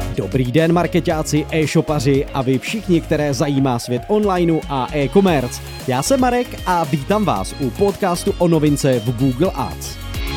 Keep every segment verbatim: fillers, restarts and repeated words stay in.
Dobrý den, markeťáci, e-shopaři a vy všichni, které zajímá svět onlineu a e-commerce. Já jsem Marek a vítám vás u podcastu o novince v Google Ads.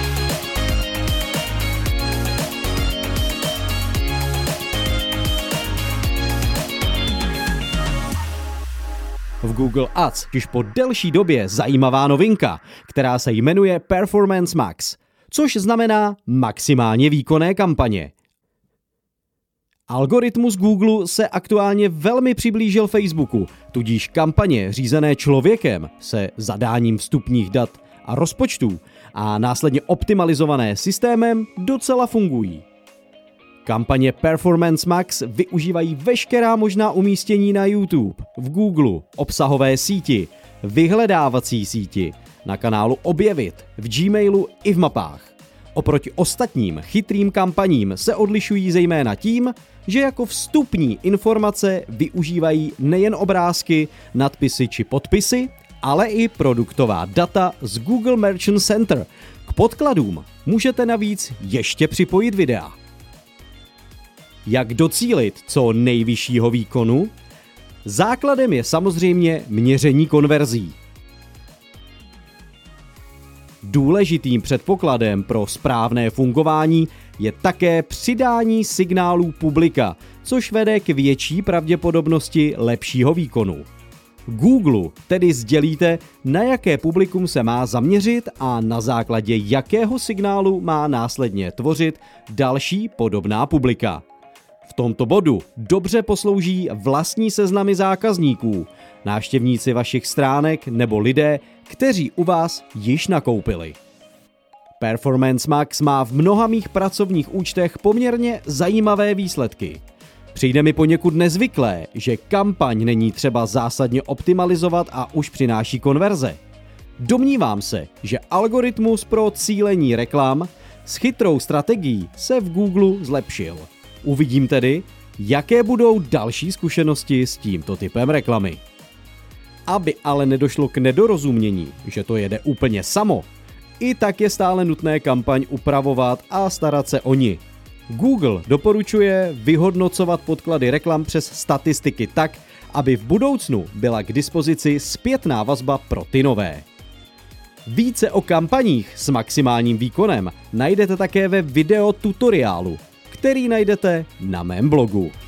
V Google Ads již po delší době zajímavá novinka, která se jmenuje Performance Max, což znamená maximálně výkonné kampaně. Algoritmus Google se aktuálně velmi přiblížil Facebooku, tudíž kampaně řízené člověkem se zadáním vstupních dat a rozpočtů a následně optimalizované systémem docela fungují. Kampaně Performance Max využívají veškerá možná umístění na YouTube, v Google, obsahové síti, vyhledávací síti, na kanálu Objevit, v Gmailu i v mapách. Oproti ostatním chytrým kampaním se odlišují zejména tím, že jako vstupní informace využívají nejen obrázky, nadpisy či podpisy, ale i produktová data z Google Merchant Center. K podkladům můžete navíc ještě připojit videa. Jak docílit co nejvyššího výkonu? Základem je samozřejmě měření konverzí. Důležitým předpokladem pro správné fungování je také přidání signálů publika, což vede k větší pravděpodobnosti lepšího výkonu. Google tedy sdělíte, na jaké publikum se má zaměřit a na základě jakého signálu má následně tvořit další podobná publika. V tomto bodu dobře poslouží vlastní seznamy zákazníků, návštěvníci vašich stránek nebo lidé, kteří u vás již nakoupili. Performance Max má v mnoha mých pracovních účtech poměrně zajímavé výsledky. Přijde mi poněkud nezvyklé, že kampaň není třeba zásadně optimalizovat a už přináší konverze. Domnívám se, že algoritmus pro cílení reklam s chytrou strategií se v Google zlepšil. Uvidím tedy, jaké budou další zkušenosti s tímto typem reklamy. Aby ale nedošlo k nedorozumění, že to jede úplně samo, i tak je stále nutné kampaň upravovat a starat se o ni. Google doporučuje vyhodnocovat podklady reklam přes statistiky tak, aby v budoucnu byla k dispozici zpětná vazba pro ty nové. Více o kampaních s maximálním výkonem najdete také ve videotutoriálu, který najdete na mém blogu.